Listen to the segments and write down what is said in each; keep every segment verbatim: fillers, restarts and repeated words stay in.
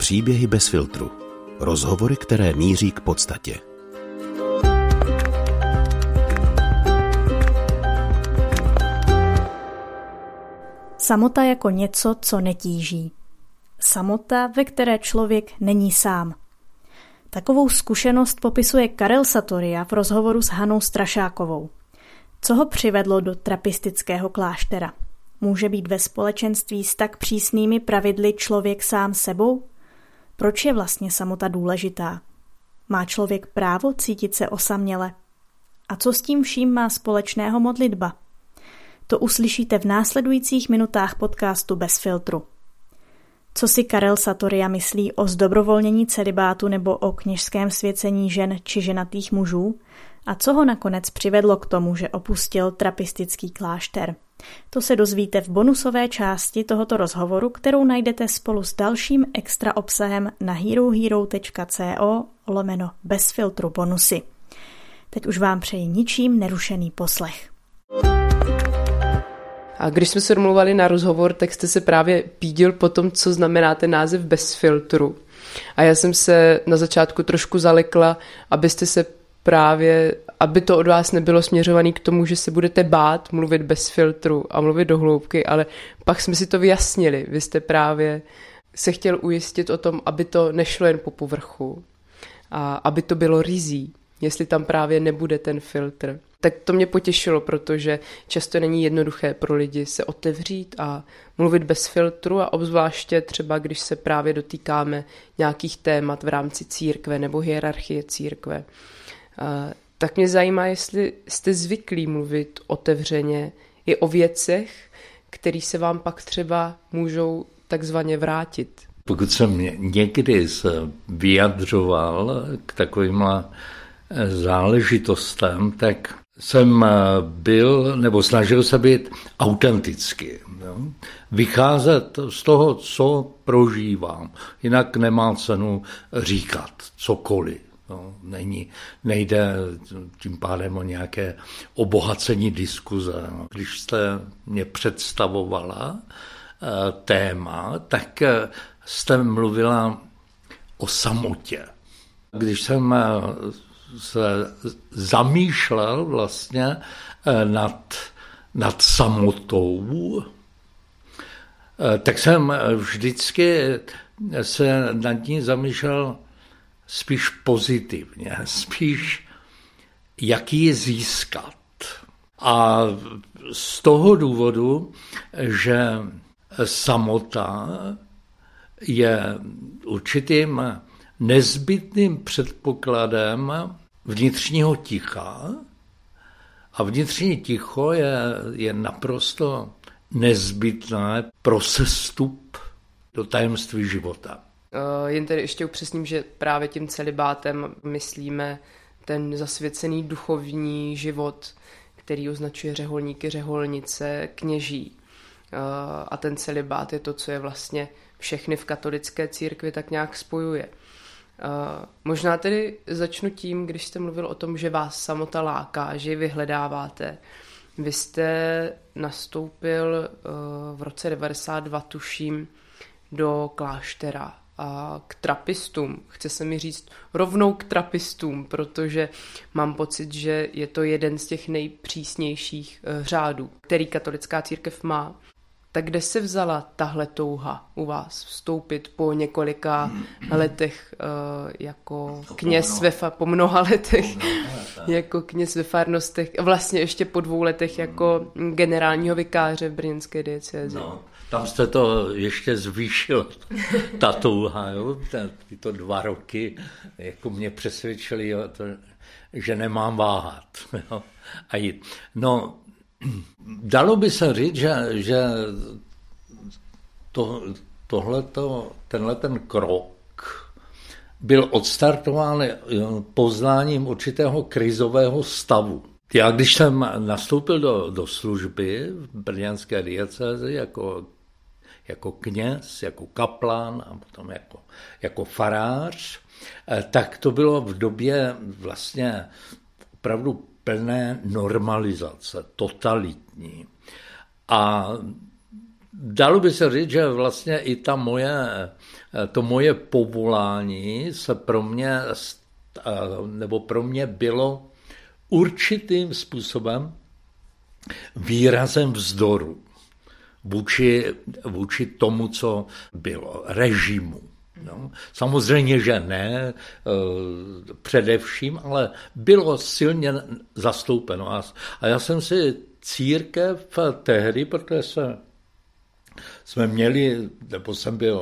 Příběhy bez filtru. Rozhovory, které míří k podstatě. Samota jako něco, co netíží. Samota, ve které člověk není sám. Takovou zkušenost popisuje Karel Satorya v rozhovoru s Hanou Strašákovou. Co ho přivedlo do trapistického kláštera? Může být ve společenství s tak přísnými pravidly člověk sám sebou? Proč je vlastně samota důležitá? Má člověk právo cítit se osaměle? A co s tím vším má společného modlitba? To uslyšíte v následujících minutách podcastu Bez filtru. Co si Karel Satorya myslí o zdobrovolnění celibátu nebo o kněžském svěcení žen či ženatých mužů? A co ho nakonec přivedlo k tomu, že opustil trapistický klášter? To se dozvíte v bonusové části tohoto rozhovoru, kterou najdete spolu s dalším extra obsahem na herohero.co lomeno bez filtru bonusy. Teď už vám přeji ničím nerušený poslech. A když jsme se domluvali na rozhovor, tak jste se právě pídil po tom, co znamená ten název bez filtru. A já jsem se na začátku trošku zalekla, abyste se právě, aby to od vás nebylo směřované k tomu, že se budete bát mluvit bez filtru a mluvit do hloubky, ale pak jsme si to vyjasnili. Vy jste právě se chtěl ujistit o tom, aby to nešlo jen po povrchu a aby to bylo rizí, jestli tam právě nebude ten filtr. Tak to mě potěšilo, protože často není jednoduché pro lidi se otevřít a mluvit bez filtru a obzvláště třeba, když se právě dotýkáme nějakých témat v rámci církve nebo hierarchie církve. Tak mě zajímá, jestli jste zvyklí mluvit otevřeně i o věcech, které se vám pak třeba můžou takzvaně vrátit. Pokud jsem někdy se vyjadřoval k takovýmhle záležitostem, tak jsem byl, nebo snažil se být autentický. Jo? Vycházet z toho, co prožívám. Jinak nemá cenu říkat cokoliv. No, není, nejde tím pádem o nějaké obohacení diskuze. No. Když jste mě představovala e, téma, tak jste mluvila o samotě. Když jsem se zamýšlel vlastně nad, nad samotou, tak jsem vždycky se nad ní zamýšlel spíš pozitivně, spíš jak ji získat. A z toho důvodu, že samota je určitým nezbytným předpokladem vnitřního ticha a vnitřní ticho je, je naprosto nezbytné pro sestup do tajemství života. Jen tedy ještě upřesním, že právě tím celibátem myslíme ten zasvěcený duchovní život, který označuje řeholníky, řeholnice, kněží. A ten celibát je to, co je vlastně všechny v katolické církvi tak nějak spojuje. Možná tedy začnu tím, když jste mluvil o tom, že vás samota láká, že ji vyhledáváte. Vy jste nastoupil v roce devadesát dva, tuším, do kláštera a k trapistům. Chce se mi říct rovnou k trapistům, protože mám pocit, že je to jeden z těch nejpřísnějších řádů, který katolická církev má. Tak kde se vzala tahle touha u vás vstoupit po několika letech uh, jako kněz ve fa- po mnoha letech jako kněz ve farnostech, vlastně ještě po dvou letech jako generálního vikáře v brněnské diecézi? No, tam jste to ještě zvýšil, ta touha, jo? Tyto dva roky jako mě přesvědčili, jo, to, že nemám váhat, jo? A jít. No, dalo by se říct, že, že to, tohleto, tenhle ten krok byl odstartován poznáním určitého krizového stavu. Já když jsem nastoupil do, do služby v brněnské diecézi jako, jako kněz, jako kaplán a potom jako, jako farář, tak to bylo v době vlastně opravdu plné normalizace, totalitní. A dalo by se říct, že vlastně i ta moje, to moje povolání se pro mě, nebo pro mě bylo určitým způsobem výrazem vzdoru vůči, vůči tomu, co bylo, režimu. No, samozřejmě, že ne především, ale bylo silně zastoupeno. A já jsem si církev tehdy, protože se, jsme měli, nebo jsem byl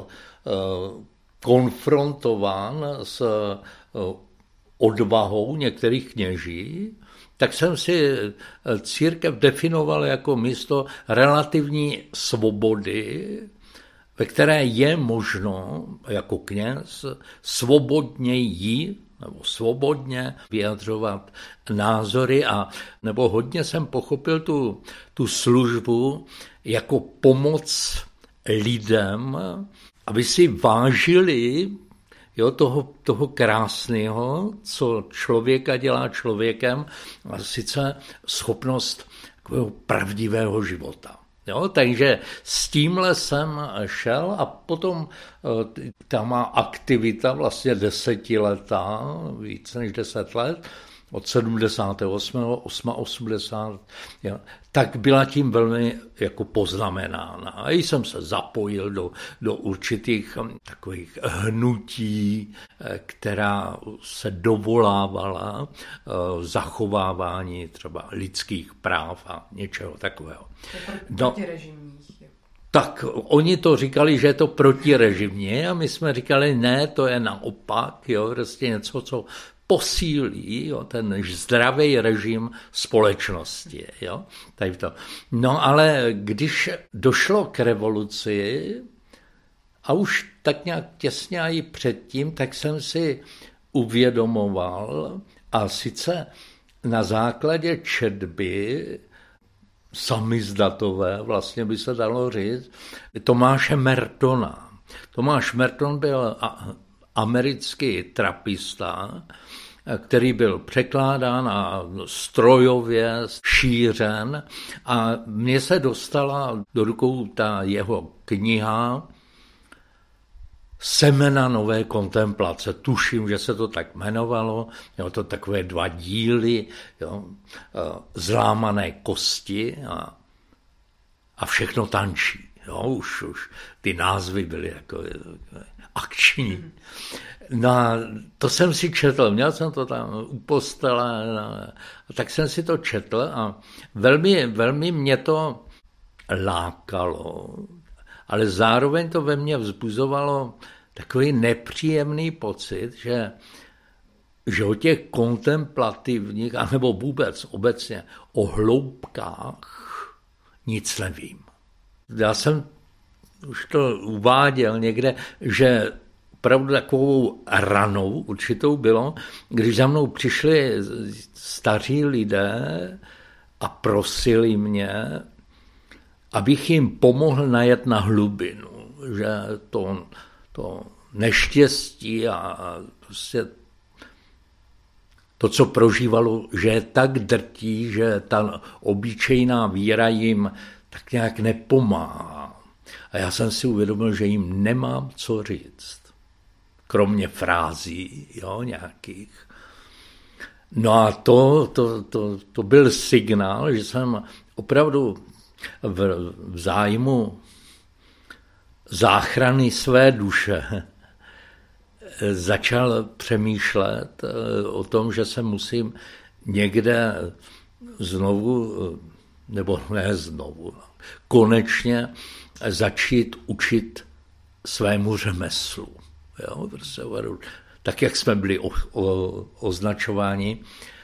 konfrontován s odvahou některých kněží, tak jsem si církev definoval jako místo relativní svobody, ve které je možno jako kněz svobodněji nebo svobodně vyjadřovat názory a nebo hodně jsem pochopil tu, tu službu jako pomoc lidem, aby si vážili jo, toho, toho krásného, co člověka dělá člověkem, a sice schopnost takového pravdivého života. Jo, takže s tímhle jsem šel a potom ta má aktivita vlastně desetiletá, více než deset let, od sedmdesátého osmého osmdesátého jo, tak byla tím velmi jako poznamenána. A jsem se zapojil do, do určitých takových hnutí, která se dovolávala zachovávání třeba lidských práv a něčeho takového. No, tak oni to říkali, že je to protirežimní a my jsme říkali, ne, to je naopak, jo, prostě něco, co posílí jo, ten zdravý režim společnosti. Jo, tady to. No ale když došlo k revoluci a už tak nějak těsně i předtím, tak jsem si uvědomoval a sice na základě četby samizdatové, vlastně by se dalo říct, Tomáše Mertona. Tomáš Merton byl americký trapista, který byl překládán a strojově šířen a mně se dostala do rukou ta jeho kniha Semena nové kontemplace. Tuším, že se to tak jmenovalo. Jo, to takové dva díly, jo, zlámané kosti a, a všechno tančí. Jo, už, už ty názvy byly jako akční. No a to jsem si četl, měl jsem to tam u postele, tak jsem si to četl a velmi, velmi mě to lákalo, ale zároveň to ve mně vzbuzovalo takový nepříjemný pocit, že, že o těch kontemplativních, anebo vůbec obecně o hloubkách nic nevím. Já jsem už to uváděl někde, že opravdu takovou ranou určitou bylo, když za mnou přišli staří lidé a prosili mě, abych jim pomohl najet na hlubinu, že to, to neštěstí a prostě to, co prožívalo, že je tak drtí, že ta obyčejná víra jim tak nějak nepomáhá. A já jsem si uvědomil, že jim nemám co říct. Kromě frází, jo, nějakých. No a to, to, to, to byl signál, že jsem opravdu v, v zájmu záchrany své duše začal přemýšlet o tom, že se musím někde znovu, nebo ne znovu, konečně začít učit svému řemeslu. Jo, prostě, tak, jak jsme byli o, o, označováni,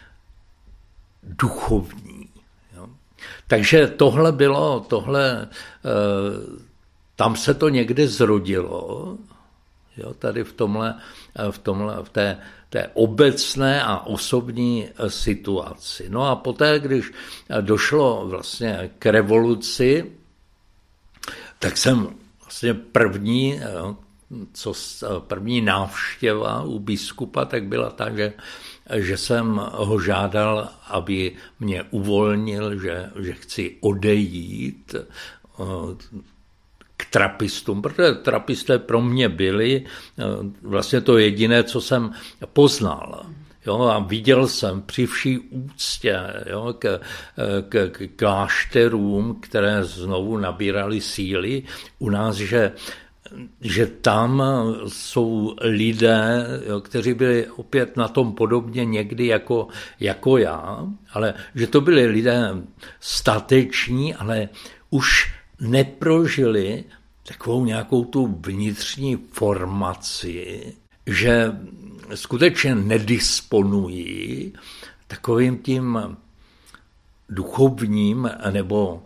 duchovní. Jo. Takže tohle bylo, tohle, e, tam se to někde zrodilo, jo, tady v tomhle, v, tomhle, v té, té obecné a osobní situaci. No a poté, když došlo vlastně k revoluci, tak jsem vlastně první, co první návštěva u biskupa, tak byla ta, že, že jsem ho žádal, aby mě uvolnil, že, že chci odejít trapistům, protože trapisté pro mě byli vlastně to jediné, co jsem poznal. Jo, a viděl jsem při vší úctě, jo, k, k, k klášterům, které znovu nabíraly síly u nás, že, že tam jsou lidé, jo, kteří byli opět na tom podobně někdy jako, jako já, ale že to byli lidé stateční, ale už neprožili takovou nějakou tu vnitřní formaci, že skutečně nedisponují takovým tím duchovním, nebo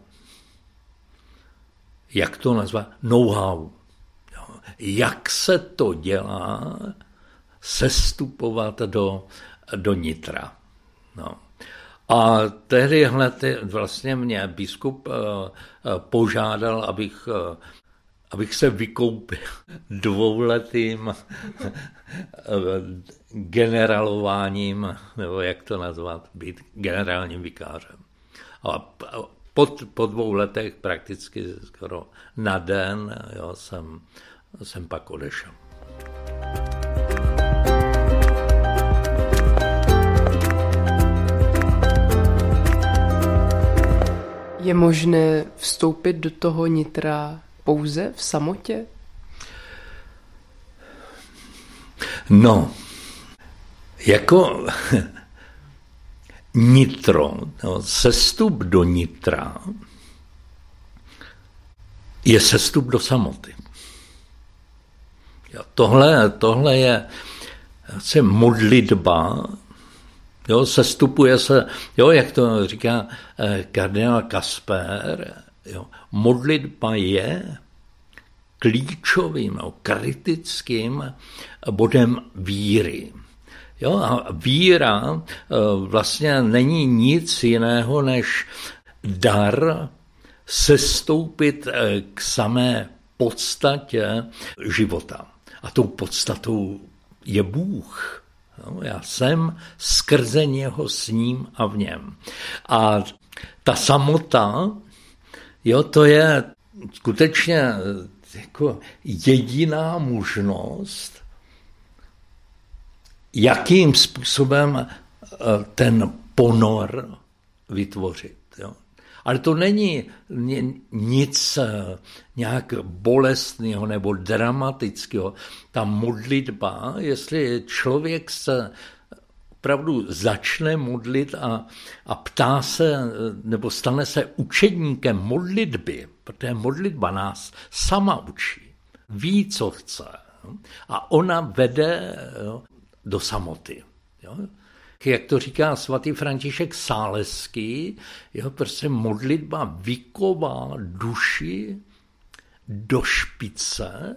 jak to nazvat, know-how. Jak se to dělá, sestupovat do, do nitra. No. A tehdy vlastně mě biskup požádal, abych abych se vykoupil dvouletým generalováním, nebo jak to nazvat, být generálním vikářem. A po, po dvou letech prakticky skoro na den jo, jsem, jsem pak odešel. Je možné vstoupit do toho nitra pouze v samotě? No, jako nitro, no, sestup do nitra je sestup do samoty. Jo, tohle, tohle je se modlitba, jo, sestupuje se, jo, jak to říká eh, kardinál Kasper, jo, modlitba je klíčovým, no, kritickým bodem víry. Jo, a víra vlastně není nic jiného, než dar sestoupit k samé podstatě života. A tou podstatou je Bůh. Jo, já jsem skrze něho, s ním a v něm. A ta samota, jo, to je skutečně jako jediná možnost, jakým způsobem ten ponor vytvořit. Jo. Ale to není nic nějak bolestného nebo dramatického. Ta modlitba, jestli člověk se opravdu začne modlit a, a ptá se, nebo stane se učedníkem modlitby, protože modlitba nás sama učí, ví, co chce. A ona vede jo, do samoty. Jo. Jak to říká svatý František Sáleský, jo, prostě modlitba vyková duši do špice,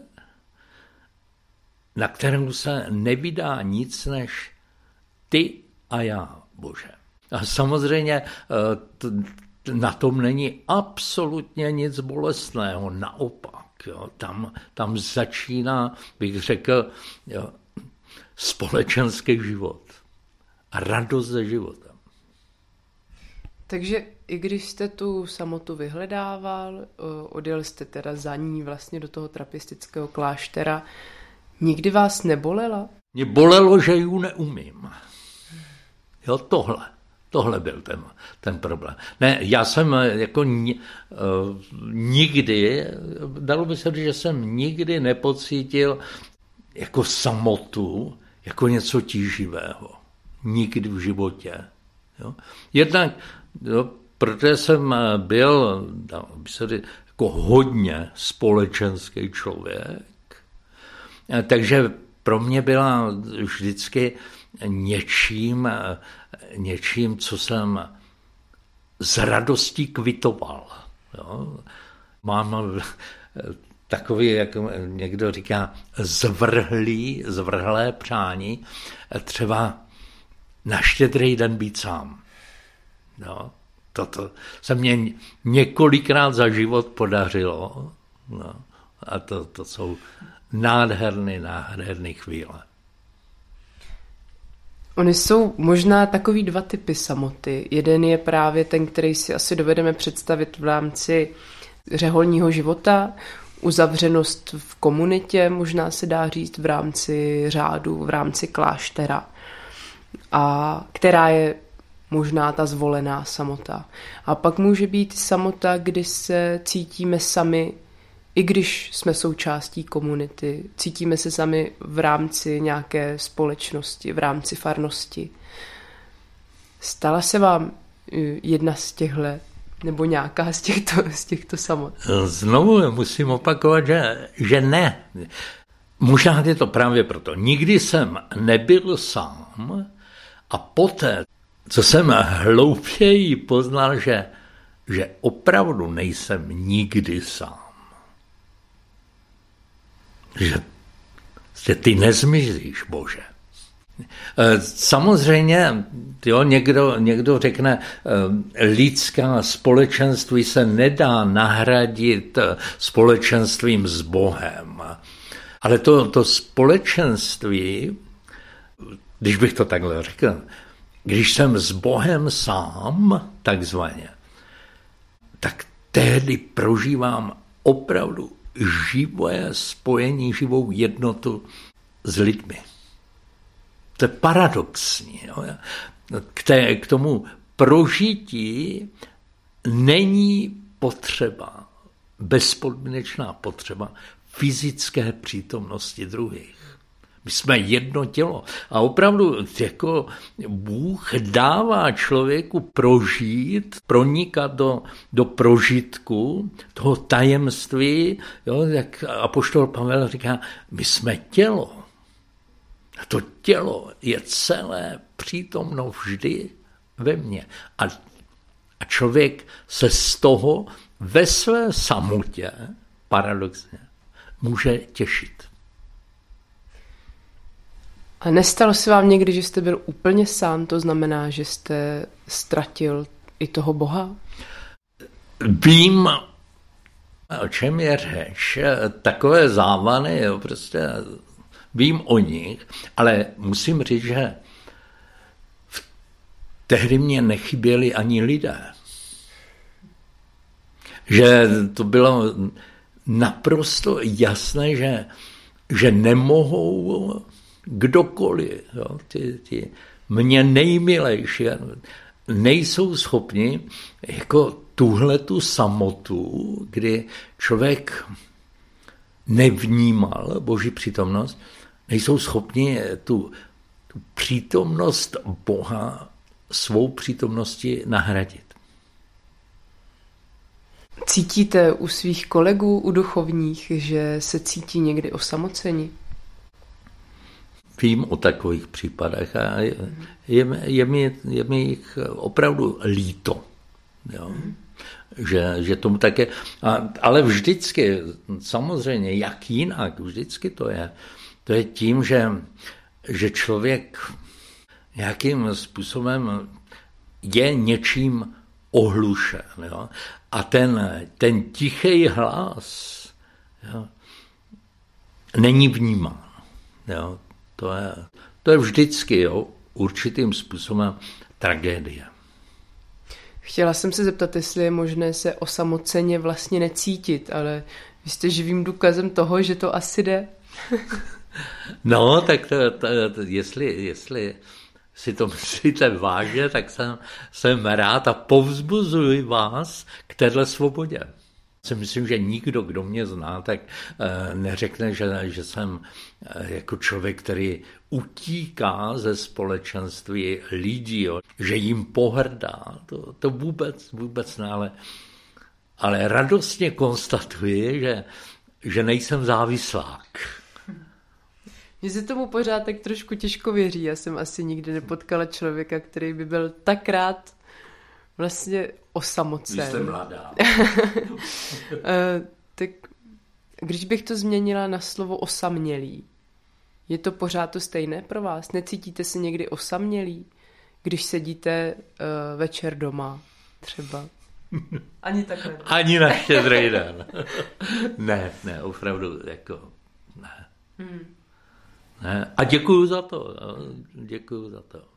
na kterému se nevydá nic než ty a já, Bože. A samozřejmě na tom není absolutně nic bolestného, naopak. Jo. Tam, tam začíná, bych řekl, jo, společenský život a radost ze života. Takže i když jste tu samotu vyhledával, odjel jste teda za ní vlastně do toho trapistického kláštera, nikdy vás nebolela? Mě bolelo, že ji neumím. Jo, tohle. Tohle byl ten, ten problém. Ne, já jsem jako ni, uh, nikdy, dalo by se říct, že jsem nikdy nepocítil jako samotu, jako něco tíživého. Nikdy v životě. Jo. Jednak, jo, protože jsem byl, dalo by se říct, jako hodně společenský člověk, takže pro mě byla vždycky něčím, něčím, co jsem s radostí kvitoval. Jo. Mám takový, jak někdo říká, zvrhlý, zvrhlé přání, třeba na Štědrý den být sám. No, toto se mě několikrát za život podařilo. No, a to, to jsou nádherné, nádherné chvíle. Ony jsou možná takový dva typy samoty. Jeden je právě ten, který si asi dovedeme představit v rámci řeholního života, uzavřenost v komunitě, možná se dá říct v rámci řádu, v rámci kláštera, a která je možná ta zvolená samota. A pak může být samota, kdy se cítíme sami, i když jsme součástí komunity, cítíme se sami v rámci nějaké společnosti, v rámci farnosti. Stala se vám jedna z těchto, nebo nějaká z těchto, z těchto samot? Znovu musím opakovat, že, že ne. Možná je to právě proto. Nikdy jsem nebyl sám a poté, co jsem hloupěji poznal, že, že opravdu nejsem nikdy sám. Že, že ty nezmizíš, Bože. Samozřejmě, jo, někdo, někdo řekne, lidská společenství se nedá nahradit společenstvím s Bohem. Ale to, to společenství, když bych to takhle řekl, když jsem s Bohem sám, takzvaně, tak tehdy prožívám opravdu živé spojení, živou jednotu s lidmi. To je paradoxní. Jo. K, té, k tomu prožití není potřeba, bezpodmínečná potřeba fyzické přítomnosti druhých. My jsme jedno tělo. A opravdu jako Bůh dává člověku prožít, pronikat do, do prožitku toho tajemství, jo, jak apoštol Pavel říká, my jsme tělo. A to tělo je celé přítomno vždy ve mně. A, a člověk se z toho ve své samotě, paradoxně, může těšit. A nestalo se vám někdy, že jste byl úplně sám, to znamená, že jste ztratil i toho Boha? Vím, o čem je řeč. Takové závany, jo, prostě vím o nich, ale musím říct, že tehdy mě nechyběli ani lidé. Že to bylo naprosto jasné, že, že nemohou kdokoliv, jo, ty, ty mě nejmilejší, nejsou schopni jako tuhletu samotu, kdy člověk nevnímal Boží přítomnost, nejsou schopni tu, tu přítomnost Boha svou přítomností nahradit. Cítíte u svých kolegů, u duchovních, že se cítí někdy osamoceni? Vím o takových případech a je, je, je, mi, je mi jich opravdu líto. Jo? Mm. Že, že tomu také, a, ale vždycky, samozřejmě, jak jinak, vždycky to je. To je tím, že, že člověk nějakým způsobem je něčím ohlušen. Jo? A ten, ten tichý hlas, jo, není vnímán. Jo? To je, to je vždycky, jo, určitým způsobem tragédie. Chtěla jsem se zeptat, jestli je možné se osamoceně vlastně necítit, ale vy jste živým důkazem toho, že to asi jde. No, tak to, to, to, jestli, jestli si to myslíte vážně, tak jsem, jsem rád a povzbuzuji vás k téhle svobodě. Si myslím, že nikdo, kdo mě zná, tak neřekne, že, že jsem jako člověk, který utíká ze společenství lidí, jo, že jim pohrdá. To, to vůbec, vůbec ne, ale, ale radostně konstatuji, že, že nejsem závislák. Mně se tomu pořád tak trošku těžko věří. Já jsem asi nikdy nepotkala člověka, který by byl tak rád vlastně osamocen. Vy jste mladá. Tak když bych to změnila na slovo osamělý, je to pořád to stejné pro vás? Necítíte se někdy osamělý, když sedíte uh, večer doma třeba? Ani takhle. Ani na Štědrý den. Ne, ne, opravdu jako ne. Hmm. ne. A děkuju za to. Děkuju za to.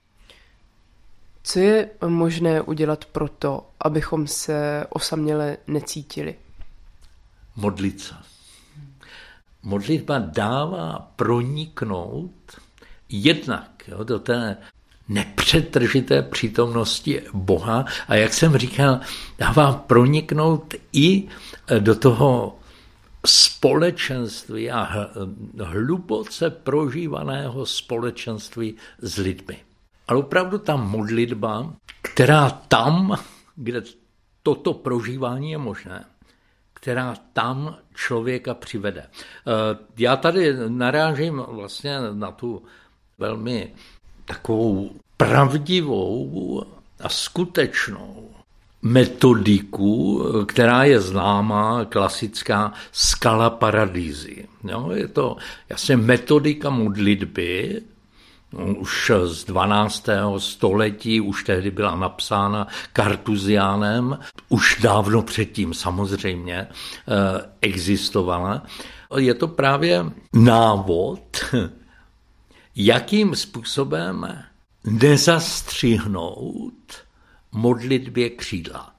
Co je možné udělat pro to, abychom se osaměle necítili? modlit se. Modlitba dává proniknout jednak jo, do té nepřetržité přítomnosti Boha a jak jsem říkal, dává proniknout i do toho společenství a hluboce prožívaného společenství s lidmi. Ale opravdu ta modlitba, která tam, kde toto prožívání je možné, která tam člověka přivede. Já tady narážím vlastně na tu velmi takovou pravdivou a skutečnou metodiku, která je známá, klasická skala paradízy. No, je to jasně metodika modlitby, už z dvanáctého století, už tehdy byla napsána Kartuziánem, už dávno předtím samozřejmě existovala. Je to právě návod, jakým způsobem nezastřihnout modlitbě křídla.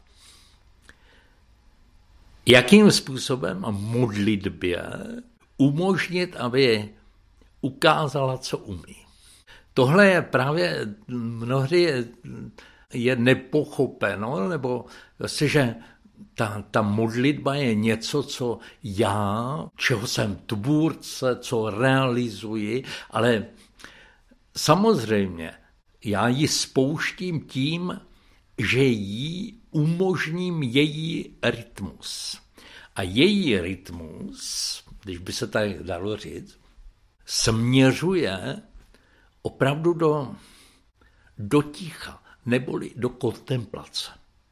Jakým způsobem modlitbě umožnit, aby ukázala, co umí. Tohle je právě mnohdy je nepochopeno, nebo vlastně, že ta, ta modlitba je něco, co já, čeho jsem tvůrce, co realizuji, ale samozřejmě já ji spouštím tím, že jí umožním její rytmus. A její rytmus, když by se tak dalo říct, směřuje opravdu do, do ticha, neboli do kontemplace.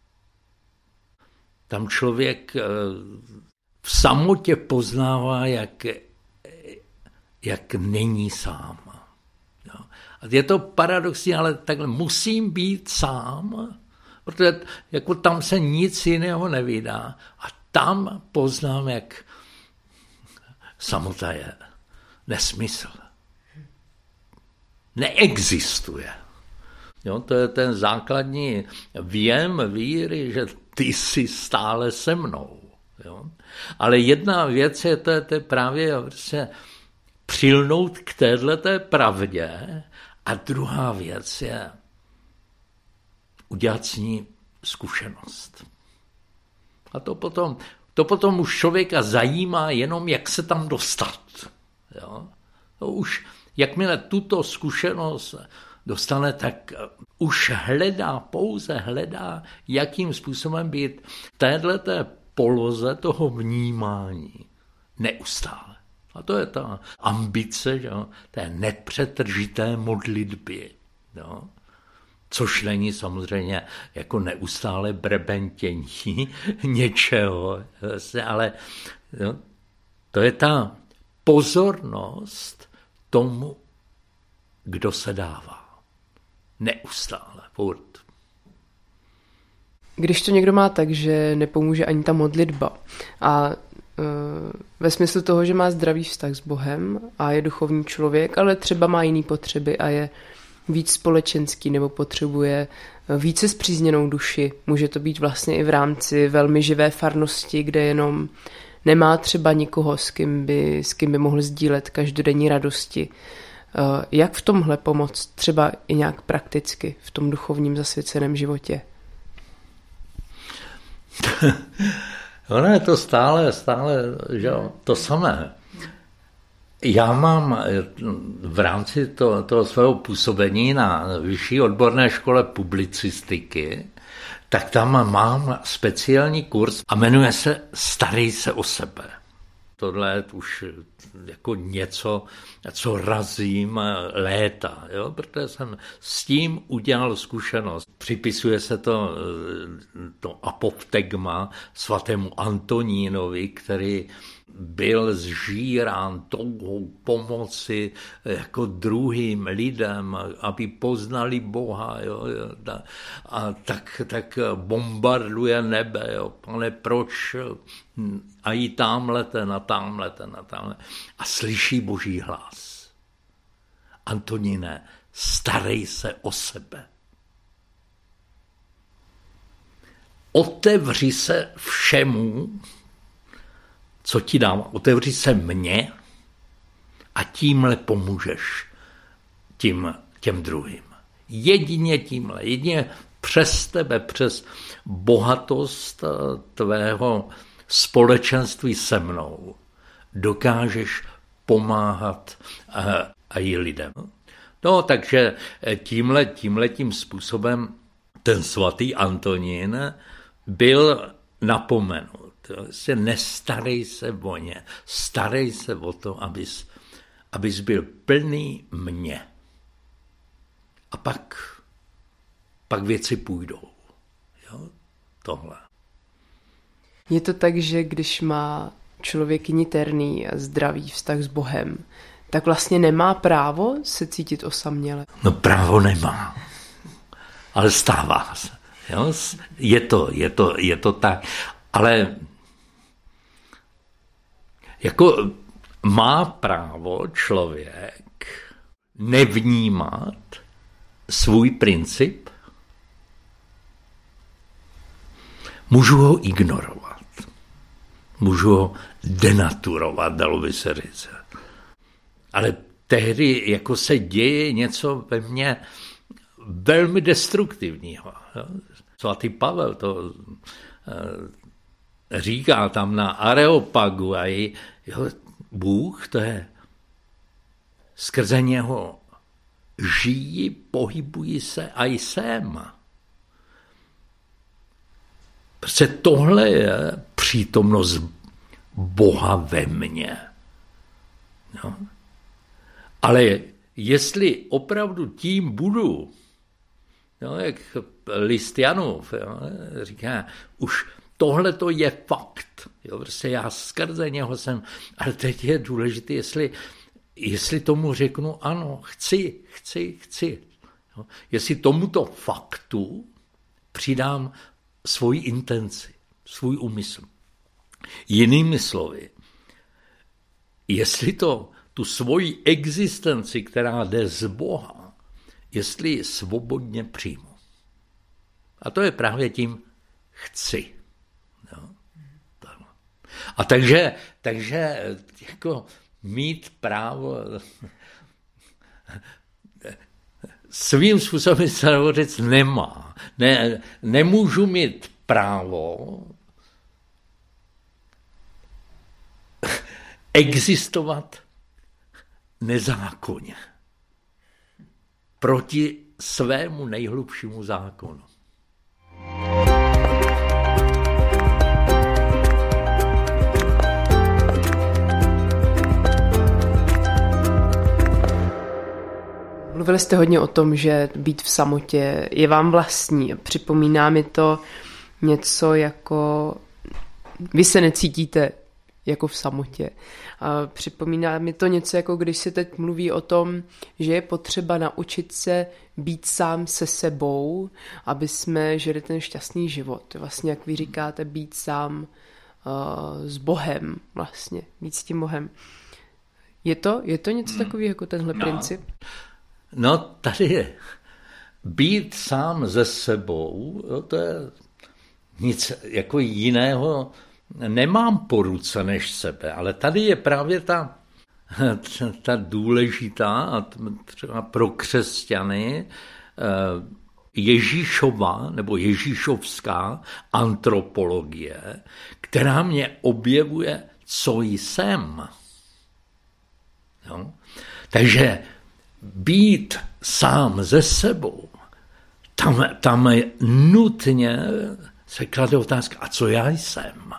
Tam člověk v samotě poznává, jak, jak není sám. A je to paradoxní, ale takhle musím být sám, protože jako tam se nic jiného nevydá. A tam poznám, jak samota je nesmysl. Neexistuje. Jo, to je ten základní věm víry, že ty jsi stále se mnou. Jo. Ale jedna věc je, to je, to je právě prostě přilnout k téhleté pravdě a druhá věc je udělat s ní zkušenost. A to potom, to potom už člověka zajímá jenom, jak se tam dostat. Jo. To už jakmile tuto zkušenost dostane, tak už hledá, pouze hledá, jakým způsobem být v téhleté poloze toho vnímání neustále. A to je ta ambice, že, té nepřetržité modlitby. Jo. Což není samozřejmě jako neustále brebentění něčeho, ale jo, to je ta pozornost tomu, kdo se dává. Neustále, furt. Když to někdo má tak, že nepomůže ani ta modlitba a e, ve smyslu toho, že má zdravý vztah s Bohem a je duchovní člověk, ale třeba má jiný potřeby a je víc společenský nebo potřebuje více spřízněnou duši. Může to být vlastně i v rámci velmi živé farnosti, kde jenom nemá třeba nikoho, s kým by, s kým by mohl sdílet každodenní radosti. Jak v tomhle pomoct třeba i nějak prakticky v tom duchovním zasvěceném životě? Ono je to stále, stále že jo, to samé. Já mám v rámci toho, toho svého působení na vyšší odborné škole publicistiky, tak tam mám speciální kurz a jmenuje se Starej se o sebe. Tohle je už jako něco, co razím léta, jo? Protože jsem s tím udělal zkušenost. Připisuje se to, to apoftegma svatému Antonínovi, který byl zžírán touhou pomoci jako druhým lidem, aby poznali Boha. Jo, a tak, tak bombarduje nebe. Jo. Pane, proč? A i tamhle ten, a tamhle ten, a tamhle. A slyší Boží hlas. Antoníne, starej se o sebe. Otevři se všemu, co ti dám? Otevři se mně a tímhle pomůžeš tím, těm druhým. Jedině tímhle, jedině přes tebe, přes bohatost tvého společenství se mnou dokážeš pomáhat a i lidem. No, takže tímhle, tímhletím způsobem ten svatý Antonín byl napomenut. Nestarej se o ně, starej se o to, abys, abys byl plný mě. A pak, pak věci půjdou. Jo? Tohle. Je to tak, že když má člověk niterný a zdravý vztah s Bohem, tak vlastně nemá právo se cítit osaměle? No právo nemá, ale stává se. Jo? Je to, je to, je to tak. Ale jako má právo člověk nevnímat svůj princip? Můžu ho ignorovat. Můžu ho denaturovat, dalo by se říct. Ale tehdy jako se děje něco ve mně velmi destruktivního. Svatý Pavel to říká tam na Areopagu a i jo, Bůh, to je skrze něho žijí, pohybují se a jsem. Protože tohle je přítomnost Boha ve mně. No. Ale jestli opravdu tím budu, no, jak list Janův jo, říká, už tohle to je fakt. Jo, prostě já skrze něho jsem, ale teď je důležité, jestli, jestli tomu řeknu ano, chci, chci, chci. Jo, jestli tomuto faktu přidám svoji intenci, svůj úmysl. Jinými slovy, jestli to tu svoji existenci, která jde z Boha, jestli ji svobodně přijmu. A to je právě tím chci. Jo? A takže, takže jako mít právo svým způsobem se říct nemá. Ne, nemůžu mít právo existovat nezákonně. Proti svému nejhlubšímu zákonu. Mluvili jste hodně o tom, že být v samotě je vám vlastní. Připomíná mi to něco jako... Vy se necítíte jako v samotě. A připomíná mi to něco, jako když se teď mluví o tom, že je potřeba naučit se být sám se sebou, aby jsme žili ten šťastný život. Vlastně, jak vy říkáte, být sám uh, s Bohem, vlastně, být s tím Bohem. Je to, je to něco takového jako tenhle no. princip? No, tady je. Být sám se sebou, to je nic jako jiného, nemám po ruce než sebe, ale tady je právě ta, ta důležitá, třeba pro křesťany, Ježíšova nebo ježíšovská antropologie, která mě objevuje, co jsem. Jo? Takže být sám ze sebou, tam, tam nutně se klade otázka, a co já jsem?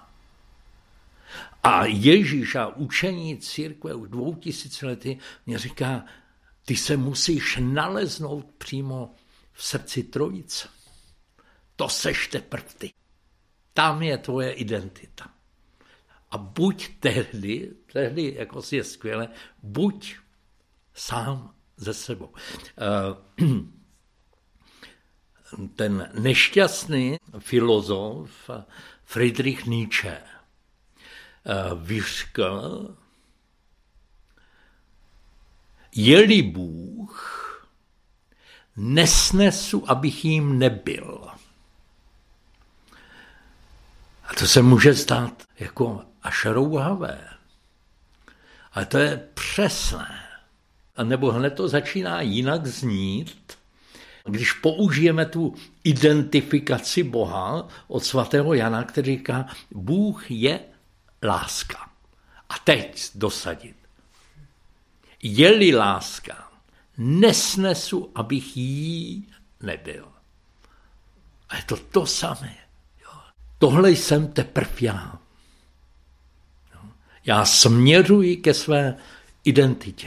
A Ježíš a učení církve už dvou tisíc lety mě říká, ty se musíš naleznout přímo v srdci Trojice. To seš teprv ty. Tam je tvoje identita. A buď tehdy, tehdy jako si je skvěle, buď sám ze sebou. Ten nešťastný filozof Friedrich Nietzsche vyřkl, je-li Bůh, nesnesu, abych jím nebyl. A to se může stát jako až rouhavé. Ale to je přesné. A nebo hned to začíná jinak znít, když použijeme tu identifikaci Boha od svatého Jana, který říká, Bůh je láska. A teď dosadit. Je-li láska, nesnesu, abych jí nebyl. A je to to samé. Jo. Tohle jsem teprv já. Jo. Já směřuji ke své identitě.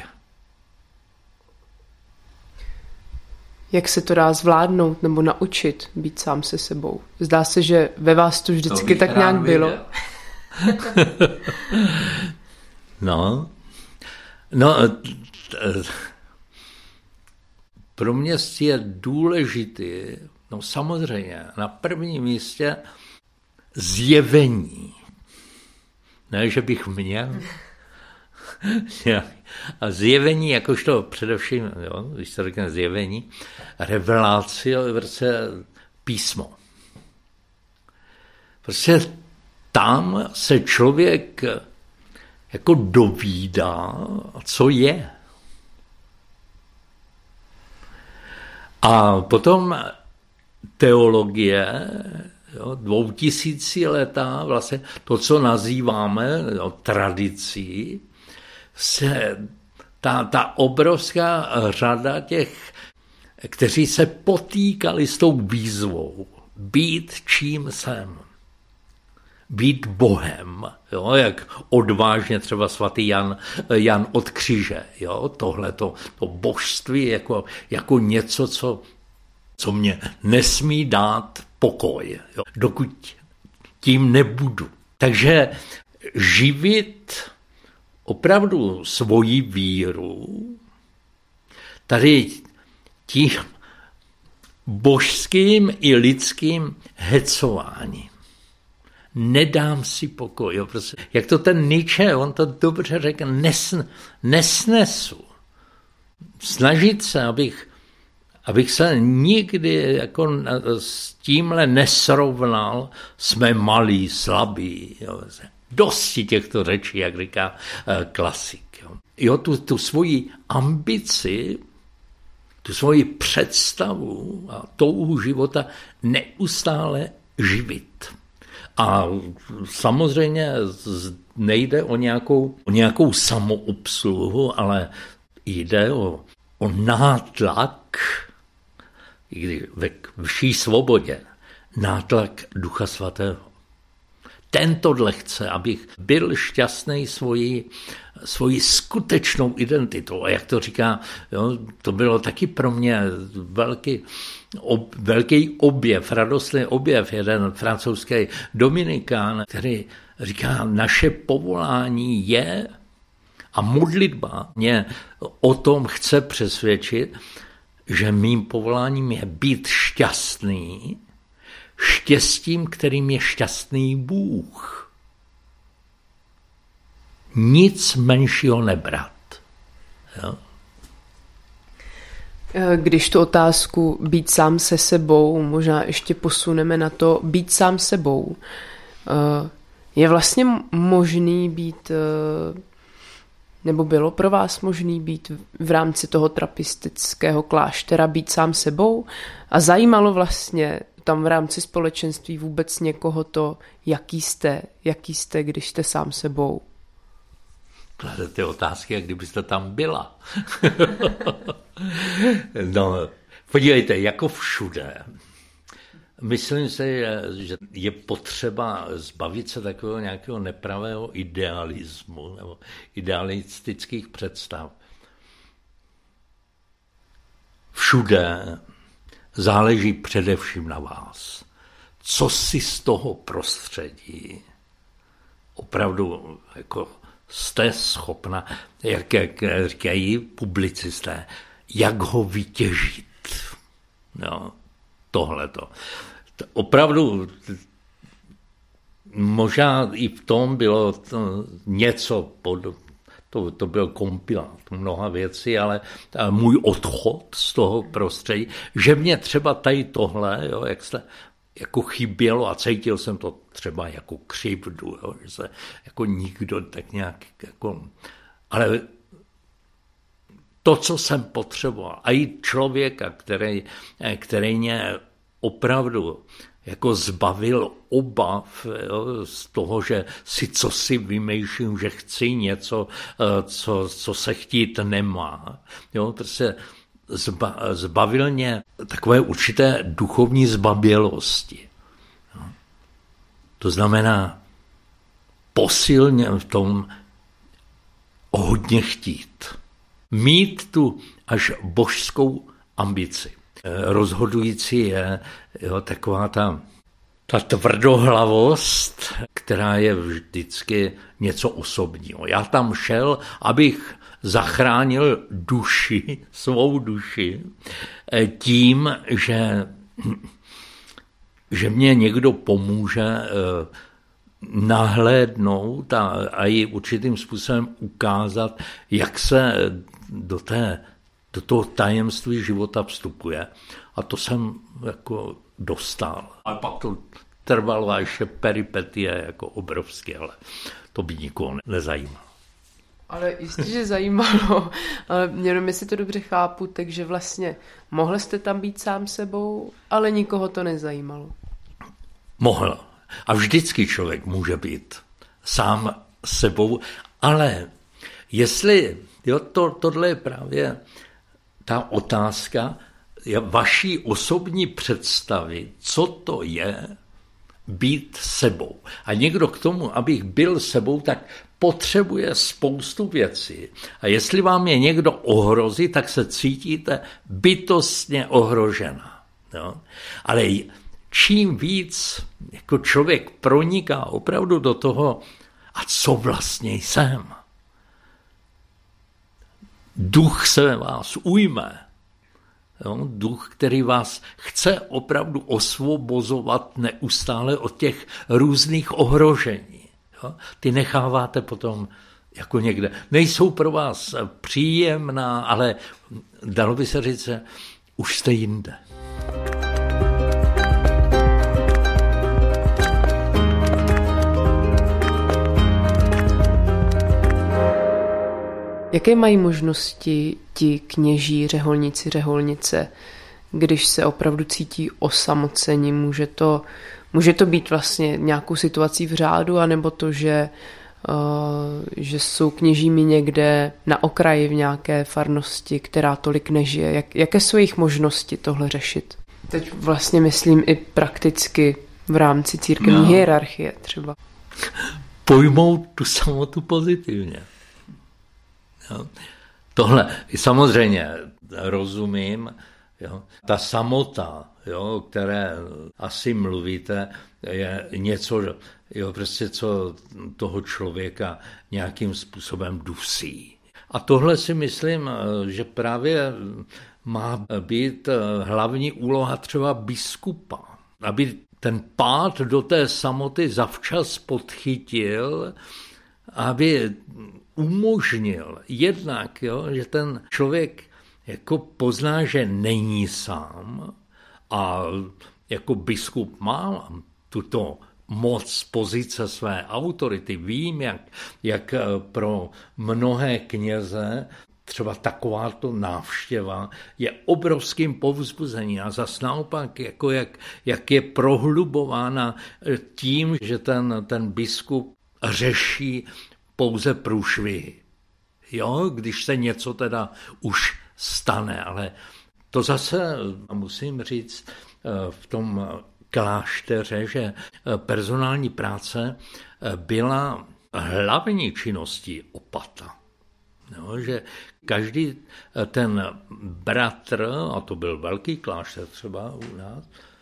Jak se to dá zvládnout nebo naučit být sám se sebou? Zdá se, že ve vás to vždycky to tak nějak bylo. no, no, pro mě je důležitý, no samozřejmě, na prvním místě zjevení. Ne, že bych měl. A zjevení, jakožto především, jo, když se řekne zjevení, revelácio, prostě písmo. Prostě tam se člověk jako dovídá, co je. A potom teologie, jo, dvoutisíciletá, vlastně to, co nazýváme jo, tradicí, se ta, ta obrovská řada těch, kteří se potýkali s tou výzvou být čím jsem. Být Bohem, jo, jak odvážně třeba svatý Jan, Jan od kříže, jo, tohleto, to božství jako, jako něco, co, co mě nesmí dát pokoj, jo, dokud tím nebudu. Takže živit opravdu svoji víru tady tím božským i lidským hecováním. Nedám si pokoj. Jo, prostě. Jak to ten Nietzsche, on to dobře řekl, nesn, nesnesu. Snažit se, abych, abych se nikdy jako s tímhle nesrovnal, jsme malí, slabí. Jo. Dosti těchto řečí, jak říká uh, klasik. Jo, jo tu, tu svoji ambici, tu svoji představu a touhu života neustále živit. A samozřejmě nejde o nějakou, o nějakou samoobsluhu, ale jde o, o nátlak, i když ve vší svobodě, nátlak Ducha Svatého. Tento chce, abych byl šťastný svoji, svoji skutečnou identitou. A jak to říká, jo, to bylo taky pro mě velký, ob, velký objev, radostný objev, jeden francouzský dominikán, který říká, naše povolání je, a modlitba mě o tom chce přesvědčit, že mým povoláním je být šťastný, štěstím, kterým je šťastný Bůh. Nic menšího nebrat. Jo? Když tu otázku být sám se sebou, možná ještě posuneme na to být sám sebou. Je vlastně možný být, nebo bylo pro vás možný být v rámci toho trapistického kláštera, být sám sebou? A zajímalo vlastně tam v rámci společenství vůbec někoho to, jaký jste, jaký jste, když jste sám sebou? Kladete otázky, jak kdybyste tam byla. No, podívejte, jako všude. Myslím si, že je potřeba zbavit se takového nějakého nepravého idealismu nebo idealistických představ. Všude záleží především na vás. Co si z toho prostředí opravdu jako jste schopna, jak, jak říkají publicisté, jak ho vytěžit. No, tohleto. Opravdu možná i v tom bylo to něco podobného. To, to byl kompilát mnoha věcí, ale můj odchod z toho prostředí, že mě třeba tady tohle, jo, jak, jste, jako chybělo a cítil jsem to třeba jako křivdu, jo, že se jako nikdo tak nějak jako... Ale to, co jsem potřeboval, a i člověka, který, který mě opravdu jako zbavil obav, jo, z toho, že si co si vymýšlím, že chci něco, co, co se chtít nemá. Jo, prostě zba, zbavil mě takové určité duchovní zbabělosti. Jo. To znamená posilně v tom hodně chtít. Mít tu až božskou ambici. Rozhodující je jo, taková ta, ta tvrdohlavost, která je vždycky něco osobního. Já tam šel, abych zachránil duši, svou duši, tím, že, že mě někdo pomůže nahlédnout a, a i určitým způsobem ukázat, jak se do, té, do toho tajemství života vstupuje. A to jsem jako dostal. A pak to trvalo ještě peripetie jako obrovské, ale to by nikoho nezajímalo. Ale jistě, že zajímalo, ale jenom jestli to dobře chápu, takže vlastně mohli jste tam být sám sebou, ale nikoho to nezajímalo. Mohl. A vždycky člověk může být sám sebou, ale jestli, jo, to, tohle je právě ta otázka vaší osobní představy, co to je být sebou. A někdo k tomu, abych byl sebou, tak potřebuje spoustu věcí. A jestli vám je někdo ohrozí, tak se cítíte bytostně ohrožena. Jo? Ale čím víc jako člověk proniká opravdu do toho, a co vlastně jsem, duch se vás ujme. Jo? Duch, který vás chce opravdu osvobozovat neustále od těch různých ohrožení. Jo? Ty necháváte potom jako někde. Nejsou pro vás příjemná, ale dalo by se říct, že už jste jinde. Jaké mají možnosti ti kněží, řeholníci, řeholnice, když se opravdu cítí osamoceni? Může to, může to být vlastně nějakou situací v řádu, anebo to, že, uh, že jsou kněžími někde na okraji v nějaké farnosti, která tolik nežije? Jak, jaké jsou jejich možnosti tohle řešit? Teď vlastně myslím i prakticky v rámci církevní no. hierarchie třeba. Pojmout tu samotu pozitivně. Jo. Tohle samozřejmě rozumím, jo. Ta samota, jo, o které asi mluvíte, je něco, jo, prostě co toho člověka nějakým způsobem dusí. A tohle si myslím, že právě má být hlavní úloha třeba biskupa, aby ten pád do té samoty zavčas podchytil, aby umožnil jednak, jo, že ten člověk jako pozná, že není sám a jako biskup má tuto moc pozice své autority. Vím, jak, jak pro mnohé kněze třeba takováto návštěva je obrovským povzbuzením a zas naopak, jako jak, jak je prohlubována tím, že ten, ten biskup řeší pouze průšvihy. Jo, když se něco teda už stane, ale to zase musím říct v tom klášteře, že personální práce byla hlavní činností opata. Jo, že každý ten bratr, a to byl velký klášter třeba u nás,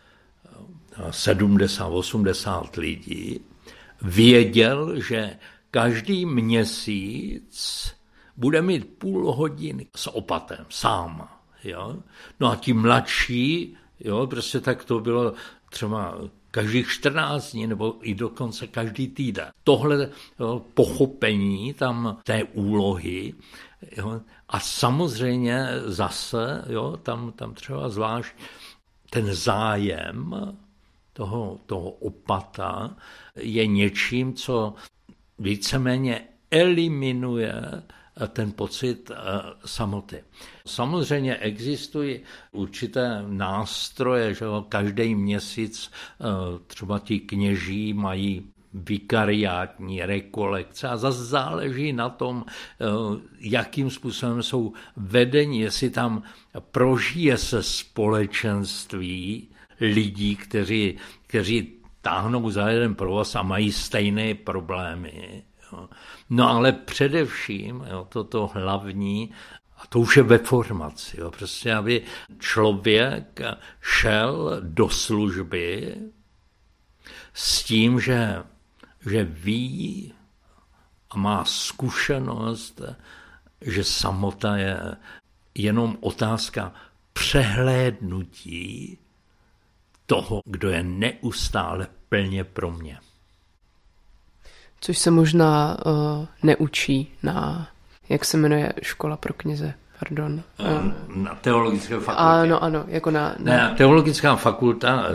sedmdesát osmdesát lidí, věděl, že každý měsíc bude mít půl hodiny s opatem, sám. Jo? No a ti mladší, jo, prostě tak to bylo třeba každých čtrnáct dní nebo i dokonce každý týden. Tohle jo, pochopení tam té úlohy, jo, a samozřejmě zase, jo, tam, tam třeba zvlášť ten zájem toho, toho opata je něčím, co víceméně eliminuje ten pocit samoty. Samozřejmě existují určité nástroje, že každý měsíc třeba ti kněží mají vikariátní rekolekce a zase záleží na tom, jakým způsobem jsou vedeni, jestli tam prožije se společenství lidí, kteří, kteří táhnou za jeden provaz a mají stejné problémy. Jo. No ale především, jo, toto hlavní, a to už je ve formaci, jo, prostě aby člověk šel do služby s tím, že, že ví a má zkušenost, že samota je jenom otázka přehlédnutí toho, kdo je neustále plně pro mě. Což se možná uh, neučí na, jak se jmenuje, škola pro kněze, pardon. Uh, na teologické fakultě. Ano, ano, jako na... na... Ne, teologická fakulta,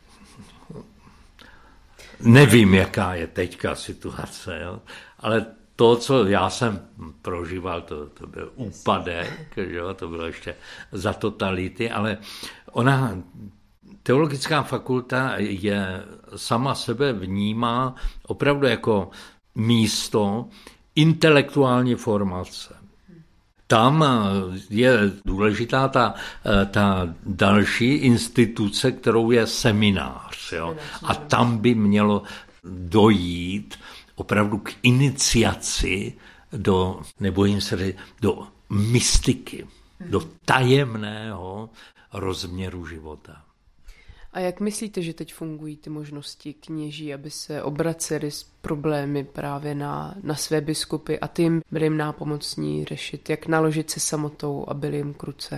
nevím, jaká je teďka situace, jo? Ale to, co já jsem prožíval, to, to byl úpadek, že jo? To bylo ještě za totality, ale ona... Teologická fakulta je sama sebe vnímá opravdu jako místo intelektuální formace. Tam je důležitá ta, ta další instituce, kterou je seminář. Jo? A tam by mělo dojít opravdu k iniciaci do, nebojím se, do mystiky, do tajemného rozměru života. A jak myslíte, že teď fungují ty možnosti kněží, aby se obraceli s problémy právě na, na své biskupy a ty jim byli jim nápomocní řešit, jak naložit se samotou a byli jim kruce?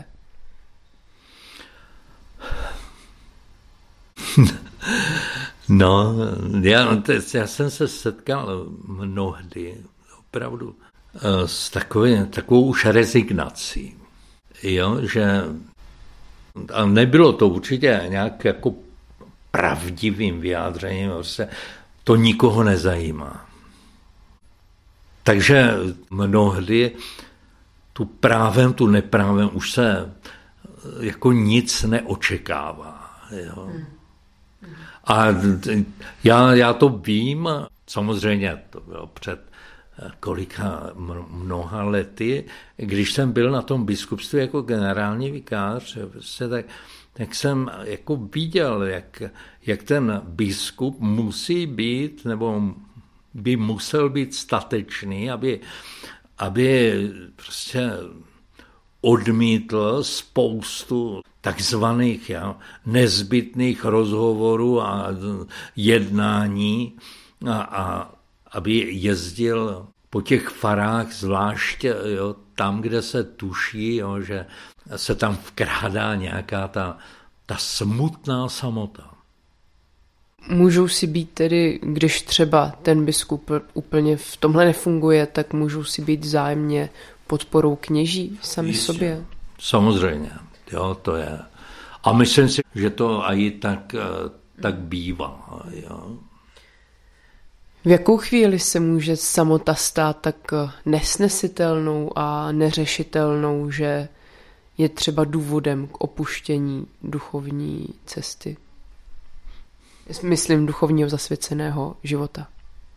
No, já, já jsem se setkal mnohdy opravdu s takový, takovou už rezignací, jo, že a nebylo to určitě nějak jako pravdivým vyjádřením, prostě to nikoho nezajímá. Takže mnohdy tu právem, tu neprávem už se jako nic neočekává. Jo. A já, já to vím, samozřejmě to bylo před kolika mnoha lety, když jsem byl na tom biskupství jako generální vikář, tak, tak jsem jako viděl, jak, jak ten biskup musí být, nebo by musel být statečný, aby, aby prostě odmítl spoustu takzvaných ja, nezbytných rozhovorů a jednání a, a aby jezdil po těch farách, zvláště jo, tam, kde se tuší, jo, že se tam vkrádá nějaká ta, ta smutná samota. Můžou si být tedy, když třeba ten biskup úplně v tomhle nefunguje, tak můžou si být vzájemně podporou kněží sami Jistě. sobě? Samozřejmě, jo, to je. A myslím si, že to i tak, tak bývá, jo. V jakou chvíli se může samota stát tak nesnesitelnou a neřešitelnou, že je třeba důvodem k opuštění duchovní cesty? Myslím duchovního zasvěceného života.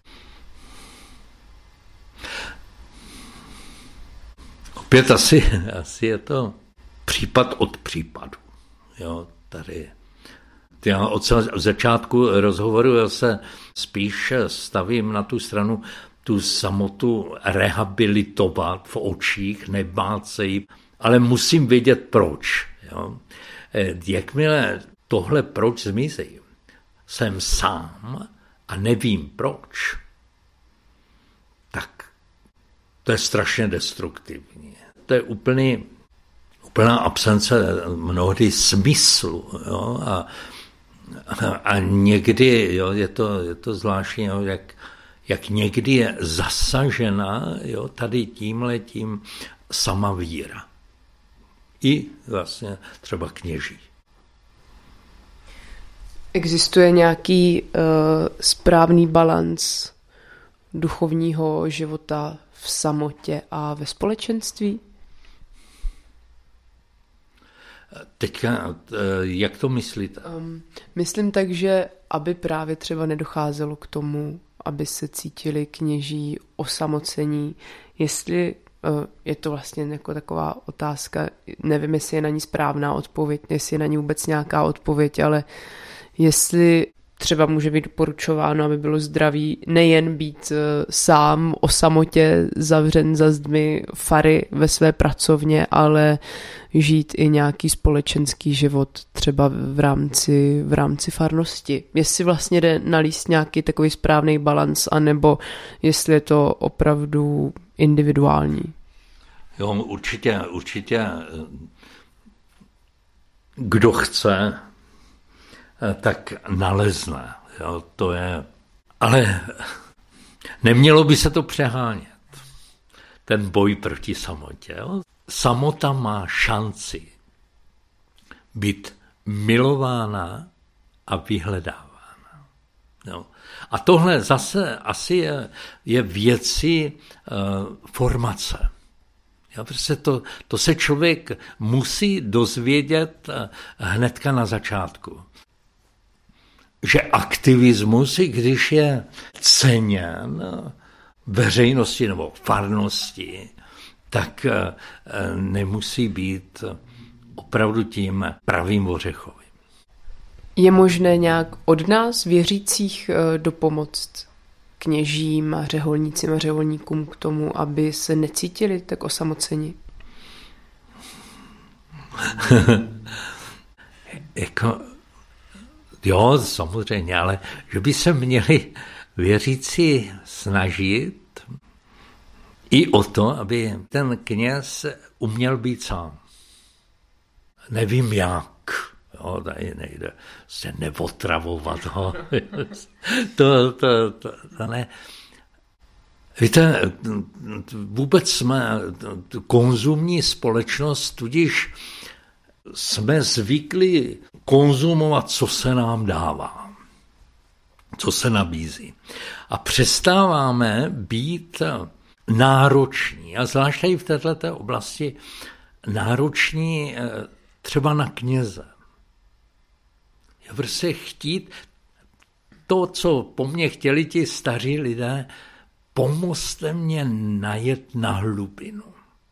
Opět asi, asi je to případ od případu. Jo, tady. Já od začátku rozhovoru já se spíš stavím na tu stranu, tu samotu rehabilitovat v očích, nebát se jí, ale musím vědět proč. Jo. Jakmile tohle proč zmizí, jsem sám a nevím proč, tak to je strašně destruktivní. To je úplný, úplná absence mnohdy smyslu. Jo, a A někdy jo, je, to, je to zvláštní, jo, jak, jak někdy je zasažena jo, tady tímhletím sama víra. I vlastně třeba kněží. Existuje nějaký uh, správný balanc duchovního života v samotě a ve společenství? Teďka, jak to myslíte? Um, myslím tak, že aby právě třeba nedocházelo k tomu, aby se cítili kněží osamocení, jestli uh, je to vlastně jako taková otázka, nevím, jestli je na ní správná odpověď, jestli je na ní vůbec nějaká odpověď, ale jestli třeba může být doporučováno, aby bylo zdraví nejen být sám o samotě zavřen za zdmi fary ve své pracovně, ale žít i nějaký společenský život třeba v rámci, v rámci farnosti. Jestli vlastně jde nalíst nějaký takový správný balans, anebo jestli je to opravdu individuální. Jo, určitě, určitě kdo chce, tak nalezne. Jo, to je... Ale nemělo by se to přehánět. Ten boj proti samotě. Jo. Samota má šanci být milována a vyhledávána. Jo. A tohle zase asi je, je věci uh, formace. Jo, prostě to, to se člověk musí dozvědět hnedka na začátku. Že aktivismus, i když je ceněn veřejnosti nebo farnosti, tak nemusí být opravdu tím pravým ořechovým. Je možné nějak od nás, věřících, dopomoct kněžím a řeholnícím a řeholníkům k tomu, aby se necítili tak osamoceni? jako... Jo, samozřejmě, ale že by se měli věřící snažit i o to, aby ten kněz uměl být sám. Nevím jak, jo, tady nejde se neotravovat ho. to, to, to, to ne. Víte, vůbec jsme konzumní společnost, tudíž jsme zvyklí konzumovat, co se nám dává, co se nabízí. A přestáváme být nároční, a zvláště i v této oblasti nároční třeba na kněze. Já prostě chtít to, co po mně chtěli ti staří lidé, pomozte mě najet na hlubinu.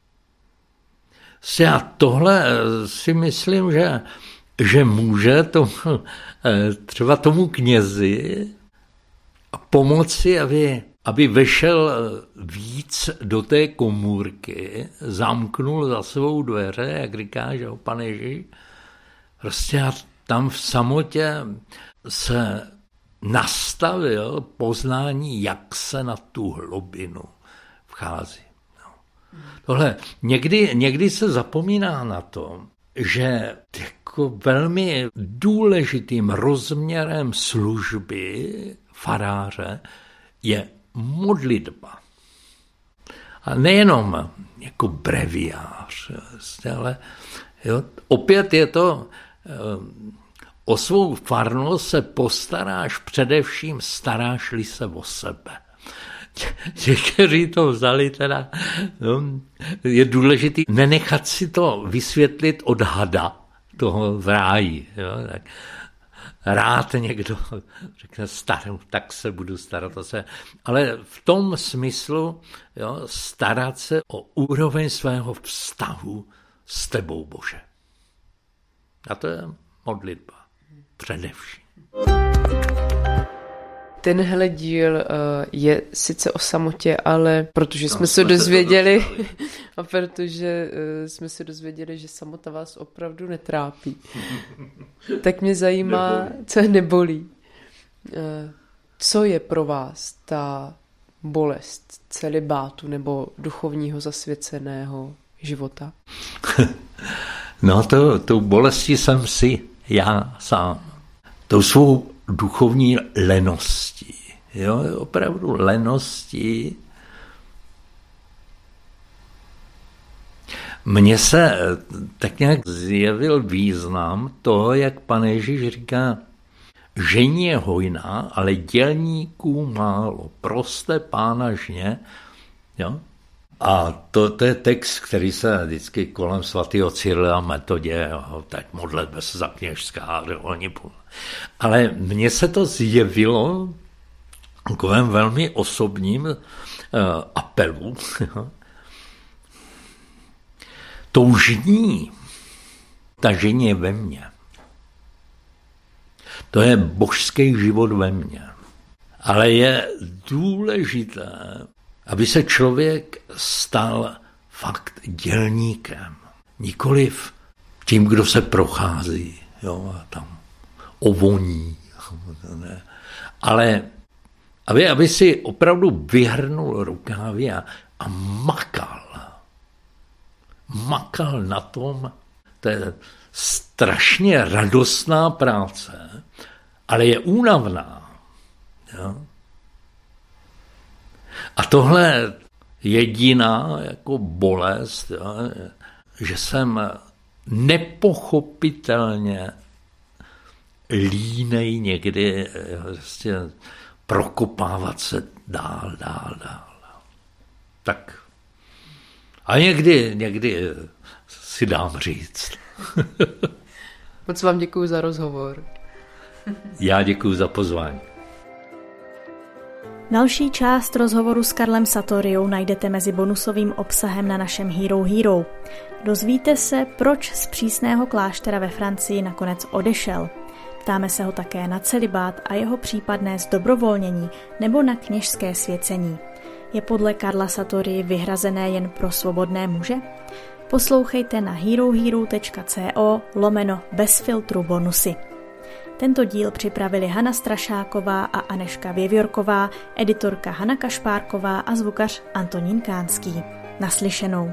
Já tohle si myslím, že, že může tomu, třeba tomu knězi pomoci, aby, aby vešel víc do té komůrky, zamknul za svou dveře, jak říká, že ho Pane Ježíš, prostě tam v samotě se nastavil poznání, jak se na tu hlubinu vchází. Tohle, někdy, někdy se zapomíná na to, že jako velmi důležitým rozměrem služby faráře je modlitba. A nejenom jako breviář, ale jo, opět je to, o svou farnost se postaráš, především staráš-li se o sebe. Někteří to vzali teda, no, je důležité nenechat si to vysvětlit od hada toho v ráji. Jo, tak rád někdo řekne staru, tak se budu starat o se. Ale v tom smyslu, jo, starat se o úroveň svého vztahu s tebou, Bože. A to je modlitba. Především. Tenhle díl uh, je sice o samotě, ale protože jsme no, se dozvěděli a protože uh, jsme se dozvěděli, že samota vás opravdu netrápí, tak mě zajímá, nebolí. co nebolí. Uh, co je pro vás ta bolest celibátu nebo duchovního zasvěceného života? No to, tou bolestí jsem si já sám. Tou svou duchovní leností. Jo, opravdu leností. Mně se tak nějak zjevil význam toho, jak Pane Ježíš říká, žení je hojná, ale dělníků málo. Proste pána žně. Jo? A to, to je text, který se vždycky kolem svatého Cyrila Metodě, jo, teď modlitbe se za kněžská, oni ale mně se to zjevilo takovém velmi osobním uh, apelu. Jo. Tou žní, ta žení je ve mně. To je božský život ve mně. Ale je důležité, aby se člověk stal fakt dělníkem. Nikoliv tím, kdo se prochází, jo, a tam ovoní. Ne. Ale aby, aby si opravdu vyhrnul rukávy a, a makal. Makal na tom, to je strašně radostná práce, ale je únavná. Jo. A tohle jediná jako bolest, jo, že jsem nepochopitelně línej někdy vlastně prokopávat se dál, dál, dál. Tak. A někdy, někdy si dám říct. Moc vám děkuju za rozhovor. Já děkuju za pozvání. Další část rozhovoru s Karlem Sartoriou najdete mezi bonusovým obsahem na našem Hero Hero. Dozvíte se, proč z přísného kláštera ve Francii nakonec odešel. Ptáme se ho také na celibát a jeho případné zdobrovolnění nebo na kněžské svěcení. Je podle Karla Sartorii vyhrazené jen pro svobodné muže? Poslouchejte na herohero.co lomeno bez filtru bonusy. Tento díl připravili Hana Strašáková a Aneška Věvjorková, editorka Hana Kašpárková a zvukař Antonín Kánský. Naslyšenou.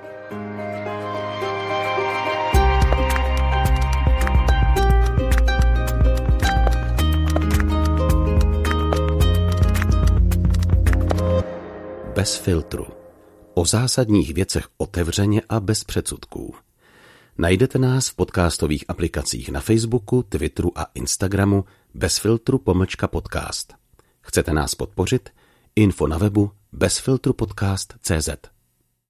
Bez filtru. O zásadních věcech otevřeně a bez předsudků. Najdete nás v podcastových aplikacích na Facebooku, Twitteru a Instagramu bez filtru pomlčka podcast. Chcete nás podpořit? Info na webu bezfiltrupodcast tečka cé zet.